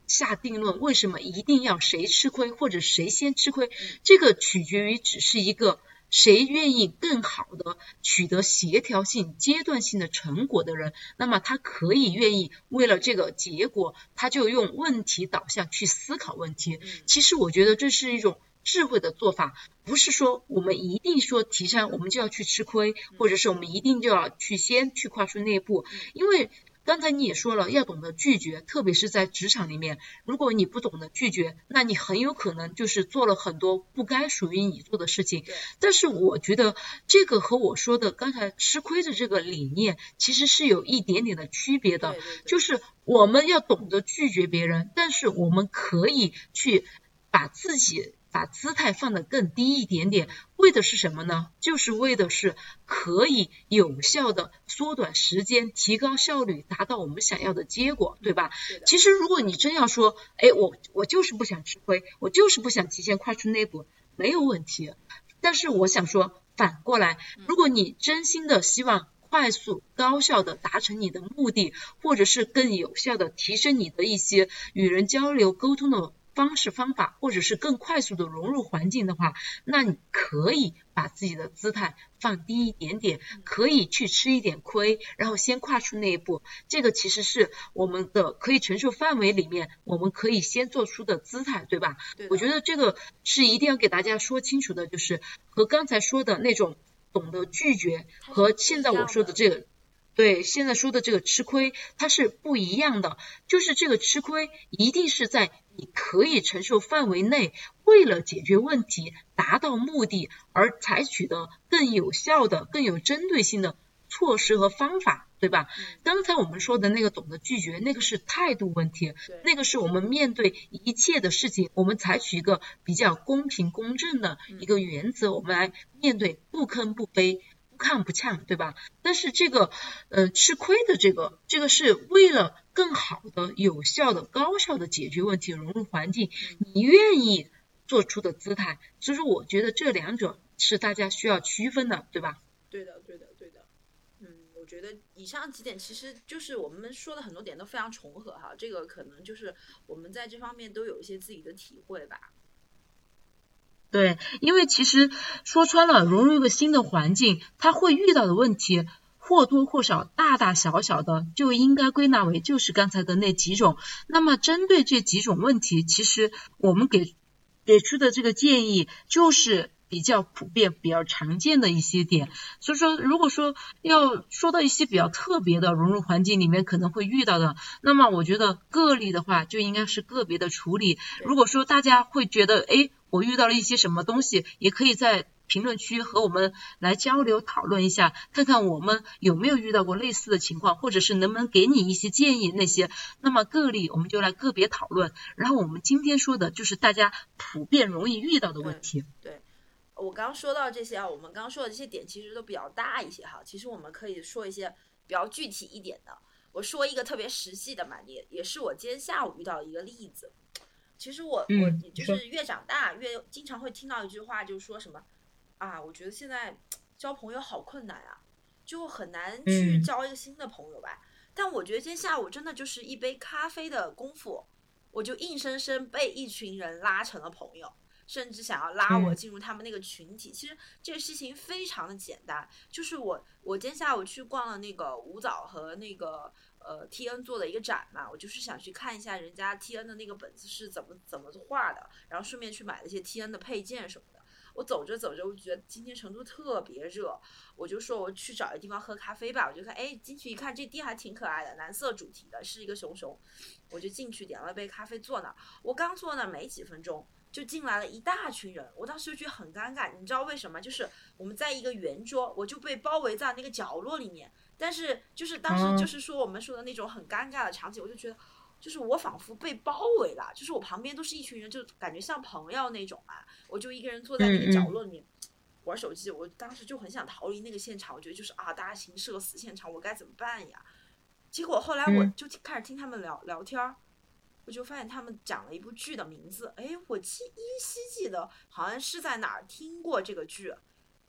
下定论，为什么一定要谁吃亏或者谁先吃亏，这个取决于只是一个谁愿意更好的取得协调性阶段性的成果的人，那么他可以愿意为了这个结果，他就用问题导向去思考问题。其实我觉得这是一种智慧的做法，不是说我们一定说提倡我们就要去吃亏，或者是我们一定就要去先去跨出那一步。因为刚才你也说了，要懂得拒绝，特别是在职场里面，如果你不懂得拒绝，那你很有可能就是做了很多不该属于你做的事情。但是我觉得这个和我说的刚才吃亏的这个理念其实是有一点点的区别的， 对对对， 就是我们要懂得拒绝别人，但是我们可以去把自己把姿态放得更低一点点，为的是什么呢？就是为的是可以有效的缩短时间，提高效率，达到我们想要的结果，对吧？其实如果你真要说，哎，我我就是不想吃亏，我就是不想提前跨出那一步，没有问题。但是我想说，反过来，如果你真心的希望快速高效的达成你的目的，或者是更有效的提升你的一些与人交流沟通的方式方法，或者是更快速的融入环境的话，那你可以把自己的姿态放低一点点，可以去吃一点亏，然后先跨出那一步。这个其实是我们的可以承受范围里面我们可以先做出的姿态，对吧？ 对， 我觉得这个是一定要给大家说清楚的，就是和刚才说的那种懂得拒绝和现在我说的这个对，现在说的这个吃亏它是不一样的。就是这个吃亏一定是在你可以承受范围内，为了解决问题达到目的而采取的更有效的更有针对性的措施和方法，对吧？刚才我们说的那个懂得拒绝，那个是态度问题，那个是我们面对一切的事情，我们采取一个比较公平公正的一个原则，我们来面对，不吭不卑，不抗不呛，对吧？但是这个呃吃亏的这个这个是为了更好的有效的高效的解决问题，融入环境，你愿意做出的姿态。所以说我觉得这两者是大家需要区分的，对吧？ 对的对的对的。嗯，我觉得以上几点其实就是我们说的很多点都非常重合哈，这个可能就是我们在这方面都有一些自己的体会吧。 对，因为其实说穿了，融入一个新的环境，它会遇到的问题或多或少大大小小的，就应该归纳为就是刚才的那几种。那么针对这几种问题，其实我们给给出的这个建议就是比较普遍比较常见的一些点。所以说如果说要说到一些比较特别的融入环境里面可能会遇到的，那么我觉得个例的话就应该是个别的处理。如果说大家会觉得诶我遇到了一些什么东西，也可以在评论区和我们来交流讨论一下，看看我们有没有遇到过类似的情况，或者是能不能给你一些建议那些。那么个例我们就来个别讨论，然后我们今天说的就是大家普遍容易遇到的问题。 对，对，我刚刚说到这些啊，我们刚刚说的这些点其实都比较大一些哈，其实我们可以说一些比较具体一点的。我说一个特别实际的嘛，也也是我今天下午遇到的一个例子。其实我、 嗯、 我就是越长大越经常会听到一句话，就是说什么啊，我觉得现在交朋友好困难啊，就很难去交一个新的朋友吧。嗯、但我觉得今天下午真的就是一杯咖啡的功夫，我就硬生生被一群人拉成了朋友，甚至想要拉我进入他们那个群体。嗯、其实这个事情非常的简单，就是我我今天下午去逛了那个舞蹈和那个呃 T N 做的一个展嘛，我就是想去看一下人家 T N 的那个本子是怎么怎么画的，然后顺便去买了一些 T N 的配件什么的。我走着走着，我觉得今天成都特别热，我就说我去找一个地方喝咖啡吧。我就看，哎，进去一看，这店还挺可爱的，蓝色主题的，是一个熊熊。我就进去点了杯咖啡，坐那儿。我刚坐那儿没几分钟，就进来了一大群人。我当时就觉得很尴尬，你知道为什么？就是我们在一个圆桌，我就被包围在那个角落里面。但是就是当时就是说我们说的那种很尴尬的场景，我就觉得。就是我仿佛被包围了，就是我旁边都是一群人，就感觉像朋友那种啊。我就一个人坐在那个角落里面、嗯、玩手机。我当时就很想逃离那个现场，我觉得就是啊，大家形势个死现场，我该怎么办呀？结果后来我就开始听他们聊、嗯、聊天，我就发现他们讲了一部剧的名字，哎，我记依稀记得好像是在哪儿听过这个剧，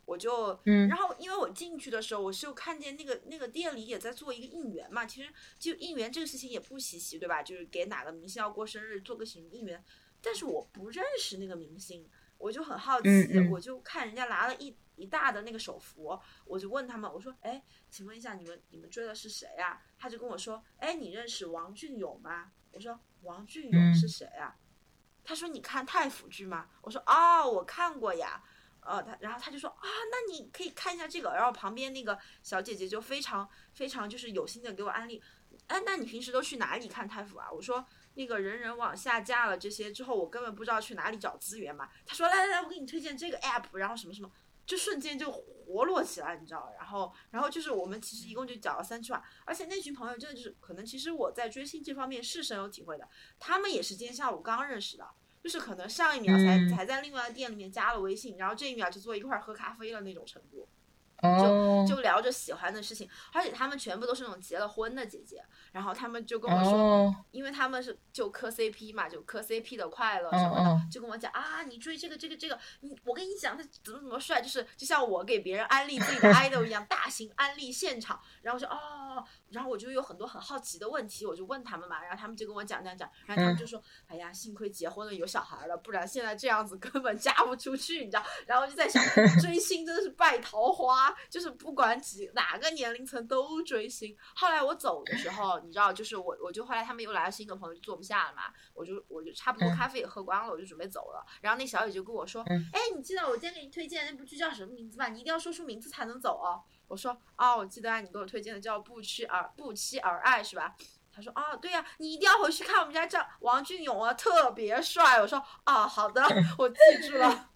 我就， 嗯然后因为我进去的时候，我是有看见那个那个店里也在做一个应援嘛，其实就应援这个事情也不稀奇，对吧？就是给哪个明星要过生日做个什么应援，但是我不认识那个明星，我就很好奇， 嗯嗯我就看人家拿了一一大的那个手幅，我就问他们，我说，哎，请问一下你们你们追的是谁啊？他就跟我说，哎，你认识王俊勇吗？我说王俊勇是谁啊？嗯、他说你看太府剧吗？我说啊、哦，我看过呀。呃，他然后他就说啊，那你可以看一下这个，然后旁边那个小姐姐就非常非常就是有心的给我安利，哎，那你平时都去哪里看太府啊？我说那个人人网下架了这些之后，我根本不知道去哪里找资源嘛。他说来来来，我给你推荐这个 app， 然后什么什么，就瞬间就活络起来，你知道？然后然后就是我们其实一共就讲了三句话，而且那群朋友真的就是可能其实我在追星这方面是深有体会的，他们也是今天下午刚认识的。就是可能上一秒才、嗯、才在另外的店里面加了微信，然后这一秒就坐一块喝咖啡了那种程度， 哦、 就就聊着喜欢的事情，而且他们全部都是那种结了婚的姐姐，然后他们就跟我说， 哦、 因为他们是就磕 C P 嘛，就磕 C P 的快乐什么的， 哦、 就跟我讲啊，你追这个这个这个，你我跟你讲他怎么怎么帅，就是就像我给别人安利自己的 idol 一样，大型安利现场，然后我说哦。然后我就有很多很好奇的问题，我就问他们嘛，然后他们就跟我讲讲讲，然后他们就说，嗯、哎呀，幸亏结婚了有小孩了，不然现在这样子根本嫁不出去，你知道？然后我就在想，追星真的是败桃花，就是不管几哪个年龄层都追星。后来我走的时候，你知道，就是我我就后来他们又来了新的朋友，就坐不下了嘛，我就我就差不多咖啡也喝光了，我就准备走了。然后那小姐就跟我说，哎，你记得我今天给你推荐的那部剧叫什么名字吧？你一定要说出名字才能走哦。我说啊、哦，我记得啊，你给我推荐的叫不期而不期而爱是吧？他说啊、哦，对呀、啊，你一定要回去看我们家这王俊勇啊，特别帅。我说啊，好的，我记住了。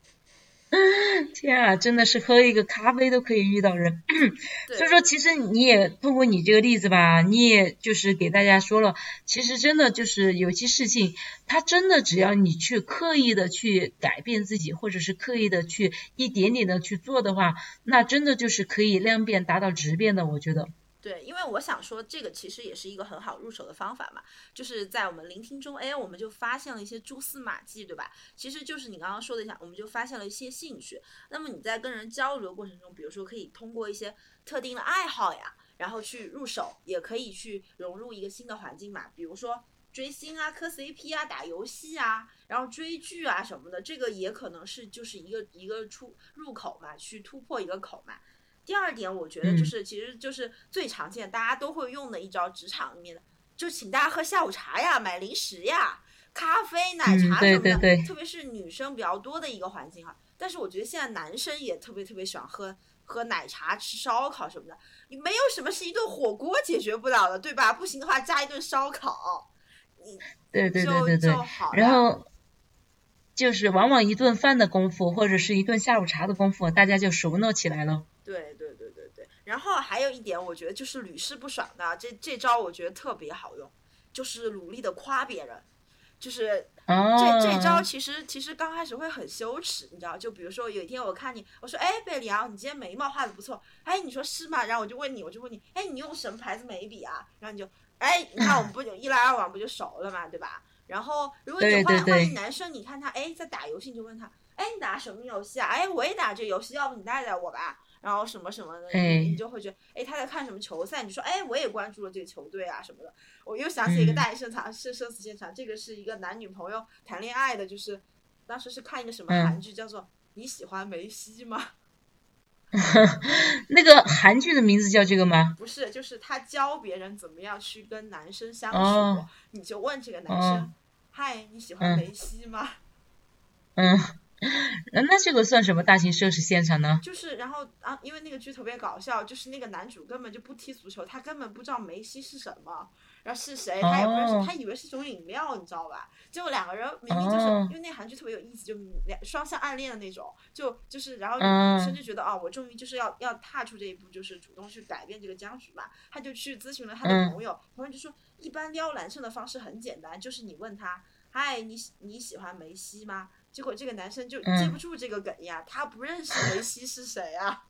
天啊，真的是喝一个咖啡都可以遇到人。所以说，其实你也通过你这个例子吧，你也就是给大家说了，其实真的就是有些事情，它真的只要你去刻意的去改变自己，或者是刻意的去一点点的去做的话，那真的就是可以量变达到质变的，我觉得。 对，因为我想说，这个其实也是一个很好入手的方法嘛，就是在我们聆听中，哎，我们就发现了一些蛛丝马迹，对吧？其实就是你刚刚说的一下，我们就发现了一些兴趣。那么你在跟人交流的过程中，比如说可以通过一些特定的爱好呀，然后去入手，也可以去融入一个新的环境嘛，比如说追星啊、磕 C P 啊、打游戏啊，然后追剧啊什么的，这个也可能是就是一个一个出入口嘛，去突破一个口嘛。第二点，我觉得就是其实就是最常见，大家都会用的一招，职场里面的，就请大家喝下午茶呀，买零食呀，咖啡、奶茶什么的， 嗯、对对对， 特别是女生比较多的一个环境哈。但是我觉得现在男生也特别特别喜欢喝喝奶茶、吃烧烤什么的，你没有什么是一顿火锅解决不了的，对吧？不行的话加一顿烧烤，你对对对对对，然后。就是往往一顿饭的功夫，或者是一顿下午茶的功夫，大家就熟络起来了。 对对对对对。然后还有一点，我觉得就是屡试不爽的，这这招我觉得特别好用，就是努力的夸别人。就是这、 哦、 这招其实其实刚开始会很羞耻，你知道？就比如说有一天我看你，我说哎贝里啊，你今天眉毛画的不错，哎你说是吗？然后我就问你，我就问你，哎你用什么牌子眉笔啊？然后你就哎你看我们不就一来二往不就熟了嘛，对吧？然后如果你换换一男生，你看他哎在打游戏，你就问他，哎你打什么游戏啊？哎我也打这个游戏，要不你带带我吧？然后什么什么的， 哎、 你就会觉得哎他在看什么球赛，你说哎我也关注了这个球队啊什么的。我又想起一个大现场，是社死现场，这个是一个男女朋友谈恋爱的，就是当时是看一个什么韩剧，嗯、叫做《你喜欢梅西吗》。 那个韩剧的名字叫这个吗？ 不是，就是他教别人怎么样去跟男生相处， 哦、 你就问这个男生，嗨、哦，你喜欢梅西吗？ 嗯，那这个算什么大型社死现场呢？ 就是然后啊，因为那个剧特别搞笑，就是那个男主根本就不踢足球，他根本不知道梅西是什么。然后是谁他也不认识，哦、他以为是种饮料，你知道吧？结果两个人明明就是、哦、因为那韩剧特别有意思，就两双向暗恋的那种，就就是然后女生就觉得啊、哦，我终于就是要要踏出这一步，就是主动去改变这个僵局嘛。他就去咨询了他的朋友，嗯、朋友就说一般撩男生的方式很简单，就是你问他，嗨，你你喜欢梅西吗？结果这个男生就接不住这个梗呀，嗯、他不认识梅西是谁啊。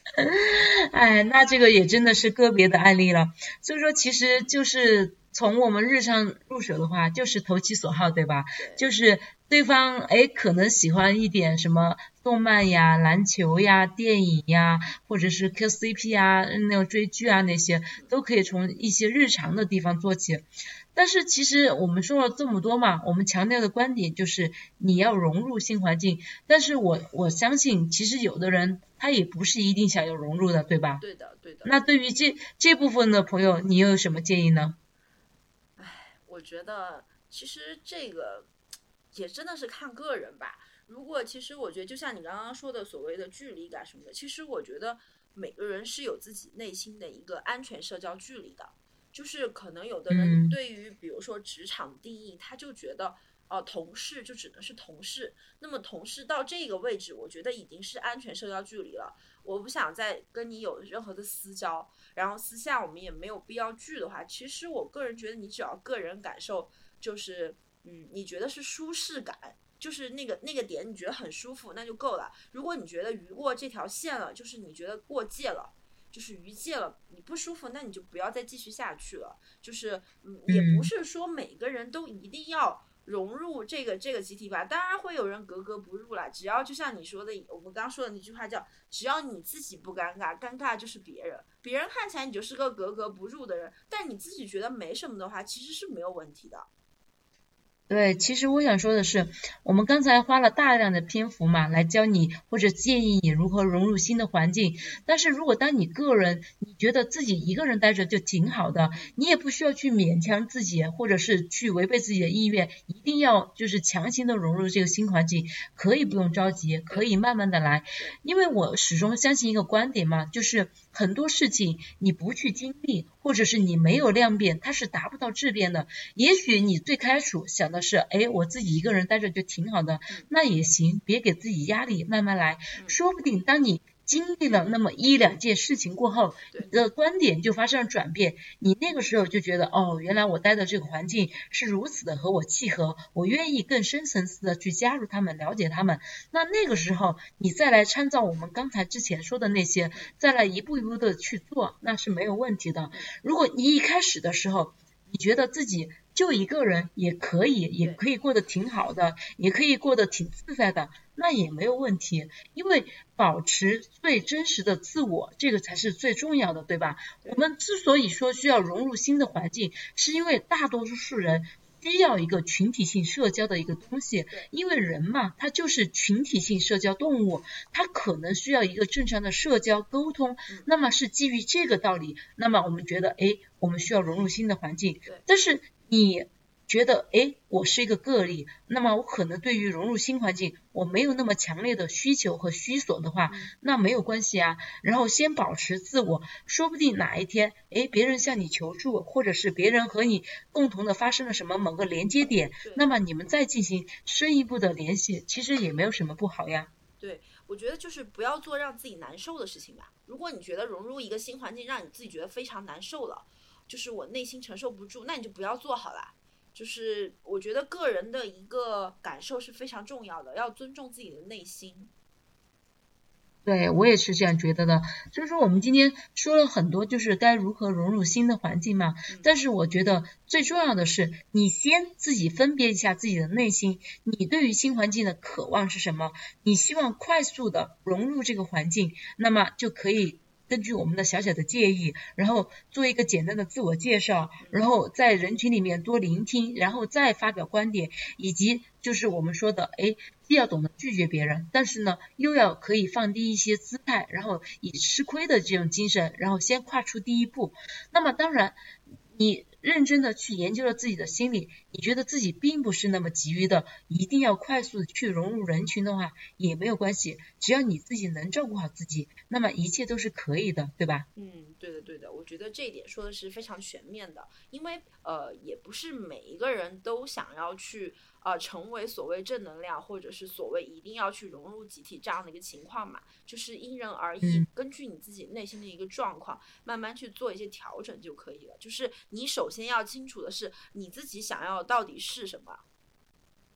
哎，那这个也真的是个别的案例了。所以说，其实就是从我们日常入手的话，就是投其所好，对吧？ 对就是对方哎可能喜欢一点什么动漫呀、篮球呀、电影呀，或者是 Q C P 啊、那种追剧啊那些，都可以从一些日常的地方做起。但是其实我们说了这么多嘛，我们强调的观点就是你要融入新环境。但是我我相信，其实有的人他也不是一定想要融入的，对吧？ 对的对的。 那对于这这部分的朋友，你又有什么建议呢？ 唉，我觉得其实这个也真的是看个人吧。如果其实我觉得，就像你刚刚说的所谓的距离感什么的，其实我觉得每个人是有自己内心的一个安全社交距离的。就是可能有的人对于比如说职场定义，他就觉得呃同事就只能是同事，那么同事到这个位置，我觉得已经是安全社交距离了。我不想再跟你有任何的私交，然后私下我们也没有必要聚的话，其实我个人觉得你只要个人感受就是嗯，你觉得是舒适感，就是那个那个点你觉得很舒服，那就够了。如果你觉得逾过这条线了，就是你觉得过界了，就是逾界了，你不舒服，那你就不要再继续下去了。就是嗯，也不是说每个人都一定要融入这个这个集体吧，当然会有人格格不入啦。只要就像你说的，我们刚刚说的那句话叫只要你自己不尴尬，尴尬就是别人，别人看起来你就是个格格不入的人，但你自己觉得没什么的话，其实是没有问题的。 对，其实我想说的是，我们刚才花了大量的篇幅嘛，来教你或者建议你如何融入新的环境。但是如果当你个人你觉得自己一个人待着就挺好的，你也不需要去勉强自己，或者是去违背自己的意愿，一定要就是强行的融入这个新环境，可以不用着急，可以慢慢的来。因为我始终相信一个观点嘛，就是很多事情你不去经历，或者是你没有量变，它是达不到质变的。也许你最开始想的是，哎，我自己一个人待着就挺好的，那也行，别给自己压力，慢慢来。说不定当你经历了那么一两件事情过后，你的观点就发生了转变，你那个时候就觉得，哦，原来我待的这个环境是如此的和我契合，我愿意更深层次的去加入他们，了解他们。那那个时候你再来参照我们刚才之前说的那些，再来一步一步的去做，那是没有问题的。如果你一开始的时候你觉得自己就一个人也可以，也可以过得挺好的，也可以过得挺自在的，那也没有问题。因为保持最真实的自我，这个才是最重要的，对吧？我们之所以说需要融入新的环境，是因为大多数人需要一个群体性社交的一个东西，因为人嘛，他就是群体性社交动物，他可能需要一个正常的社交沟通，那么是基于这个道理，那么我们觉得，哎，我们需要融入新的环境。但是你觉得，哎，我是一个个例，那么我可能对于融入新环境我没有那么强烈的需求和需索的话，那没有关系啊，然后先保持自我，说不定哪一天，哎，别人向你求助，或者是别人和你共同的发生了什么某个连接点，那么你们再进行深一步的联系，其实也没有什么不好呀。 对，我觉得就是不要做让自己难受的事情吧。如果你觉得融入一个新环境让你自己觉得非常难受了，就是我内心承受不住，那你就不要做好了。就是我觉得个人的一个感受是非常重要的，要尊重自己的内心。 对，我也是这样觉得的。所以说我们今天说了很多，就是该如何融入新的环境嘛。但是我觉得最重要的是，你先自己分别一下自己的内心，你对于新环境的渴望是什么？你希望快速的融入这个环境，那么就可以根据我们的小小的建议，然后做一个简单的自我介绍，然后在人群里面多聆听，然后再发表观点，以及就是我们说的，哎，既要懂得拒绝别人，但是呢，又要可以放低一些姿态，然后以吃亏的这种精神，然后先跨出第一步。那么当然，你认真的去研究了自己的心理，你觉得自己并不是那么急于的一定要快速的去融入人群的话，也没有关系，只要你自己能照顾好自己，那么一切都是可以的，对吧？ 嗯，对的对的，我觉得这一点说的是非常全面的。因为呃，也不是每一个人都想要去呃成为所谓正能量，或者是所谓一定要去融入集体这样的一个情况嘛，就是因人而异， 嗯根据你自己内心的一个状况慢慢去做一些调整就可以了。就是你首先要清楚的是你自己想要到底是什么。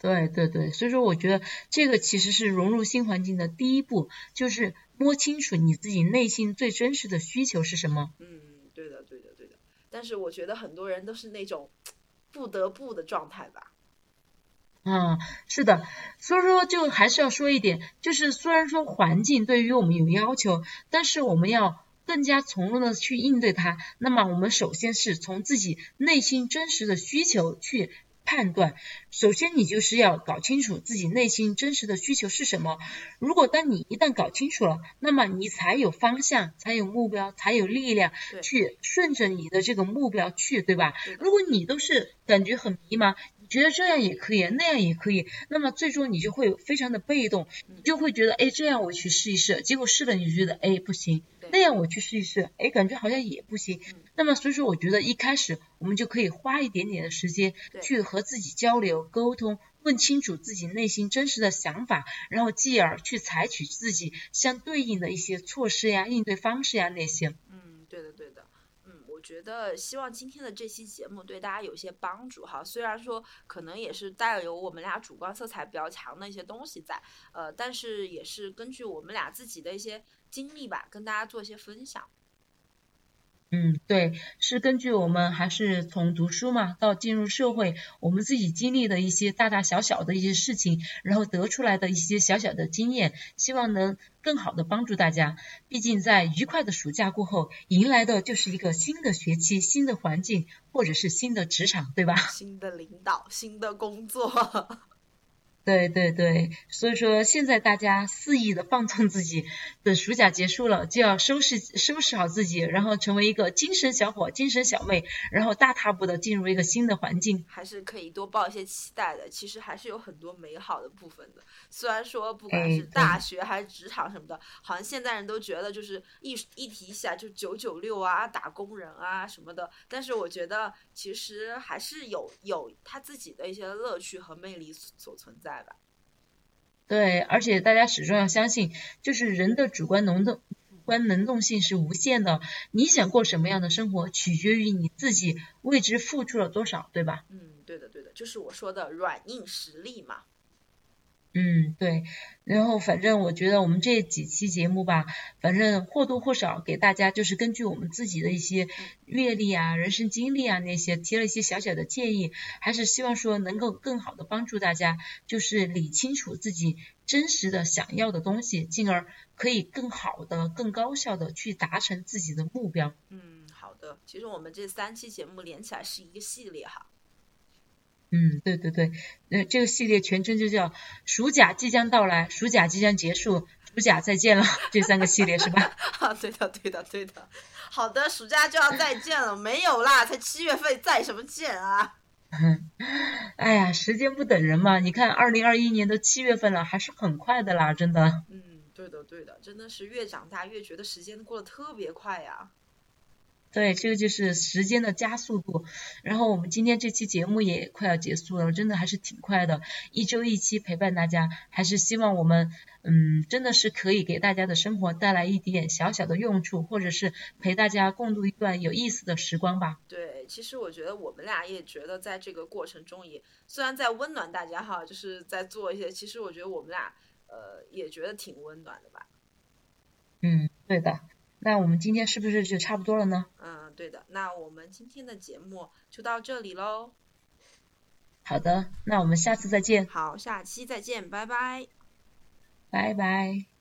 对对对，所以说我觉得这个其实是融入新环境的第一步，就是摸清楚你自己内心最真实的需求是什么。 嗯，对的对的对的。但是我觉得很多人都是那种不得不的状态吧。 嗯，是的，所以说就还是要说一点，就是虽然说环境对于我们有要求，但是我们要更加从容的去应对它。那么我们首先是从自己内心真实的需求去判断，首先你就是要搞清楚自己内心真实的需求是什么。如果当你一旦搞清楚了，那么你才有方向，才有目标，才有力量去顺着你的这个目标去，对吧？如果你都是感觉很迷茫，你觉得这样也可以，那样也可以，那么最终你就会非常的被动，你就会觉得哎，这样我去试一试，结果试了你就觉得哎不行，那样我去试一试，哎感觉好像也不行。那么所以说我觉得一开始我们就可以花一点点的时间去和自己交流沟通，问清楚自己内心真实的想法，然后继而去采取自己相对应的一些措施呀、应对方式呀那些。 嗯，对的对的。我觉得希望今天的这期节目对大家有些帮助哈，虽然说可能也是带有我们俩主观色彩比较强的一些东西在，呃，但是也是根据我们俩自己的一些经历吧，跟大家做一些分享。 嗯，对，是根据我们还是从读书嘛到进入社会，我们自己经历的一些大大小小的一些事情，然后得出来的一些小小的经验，希望能更好的帮助大家。毕竟在愉快的暑假过后，迎来的就是一个新的学期、新的环境，或者是新的职场，对吧？ 新的领导、新的工作。 对对对，所以说现在大家肆意的放纵自己，等暑假结束了就要收拾收拾好自己，然后成为一个精神小伙、精神小妹，然后大踏步的进入一个新的环境。 还是可以多抱一些期待的，其实还是有很多美好的部分的。虽然说不管是大学还是职场什么的，好像现在人都觉得就是一一提起来就九九六啊、打工人啊什么的，但是我觉得其实还是有有他自己的一些乐趣和魅力所存在吧。 对，而且大家始终要相信，就是人的主观能动、主观能动性是无限的。你想过什么样的生活，取决于你自己为之付出了多少，对吧？ 嗯，对的，对的，就是我说的软硬实力嘛。 嗯，对，然后反正我觉得我们这几期节目吧，反正或多或少给大家就是根据我们自己的一些阅历啊、人生经历啊那些提了一些小小的建议，还是希望说能够更好的帮助大家，就是理清楚自己真实的想要的东西，进而可以更好的、更高效的去达成自己的目标。 嗯，好的，其实我们这三期节目连起来是一个系列哈。 嗯，对对对，呃，这个系列全称就叫暑假即将到来，暑假即将结束，暑假再见了，这三个系列是吧？ 啊，对的对的对的。好的，暑假就要再见了，没有啦，才七月份，再什么见啊？ 哎呀，时间不等人嘛，你看二零二一年都七月份了，还是很快的啦，真的。 嗯，对的对的，真的是越长大越觉得时间过得特别快呀。 对，这个就是时间的加速度。然后我们今天这期节目也快要结束了，真的还是挺快的，一周一期陪伴大家，还是希望我们嗯，真的是可以给大家的生活带来一点小小的用处，或者是陪大家共度一段有意思的时光吧。 对，其实我觉得我们俩也觉得在这个过程中也虽然在温暖大家哈，就是在做一些，其实我觉得我们俩呃也觉得挺温暖的吧。 嗯，对的。那我们今天是不是就差不多了呢？ 嗯，对的，那我们今天的节目就到这里喽。 好的，那我们下次再见。 好，下期再见，拜拜。 拜拜。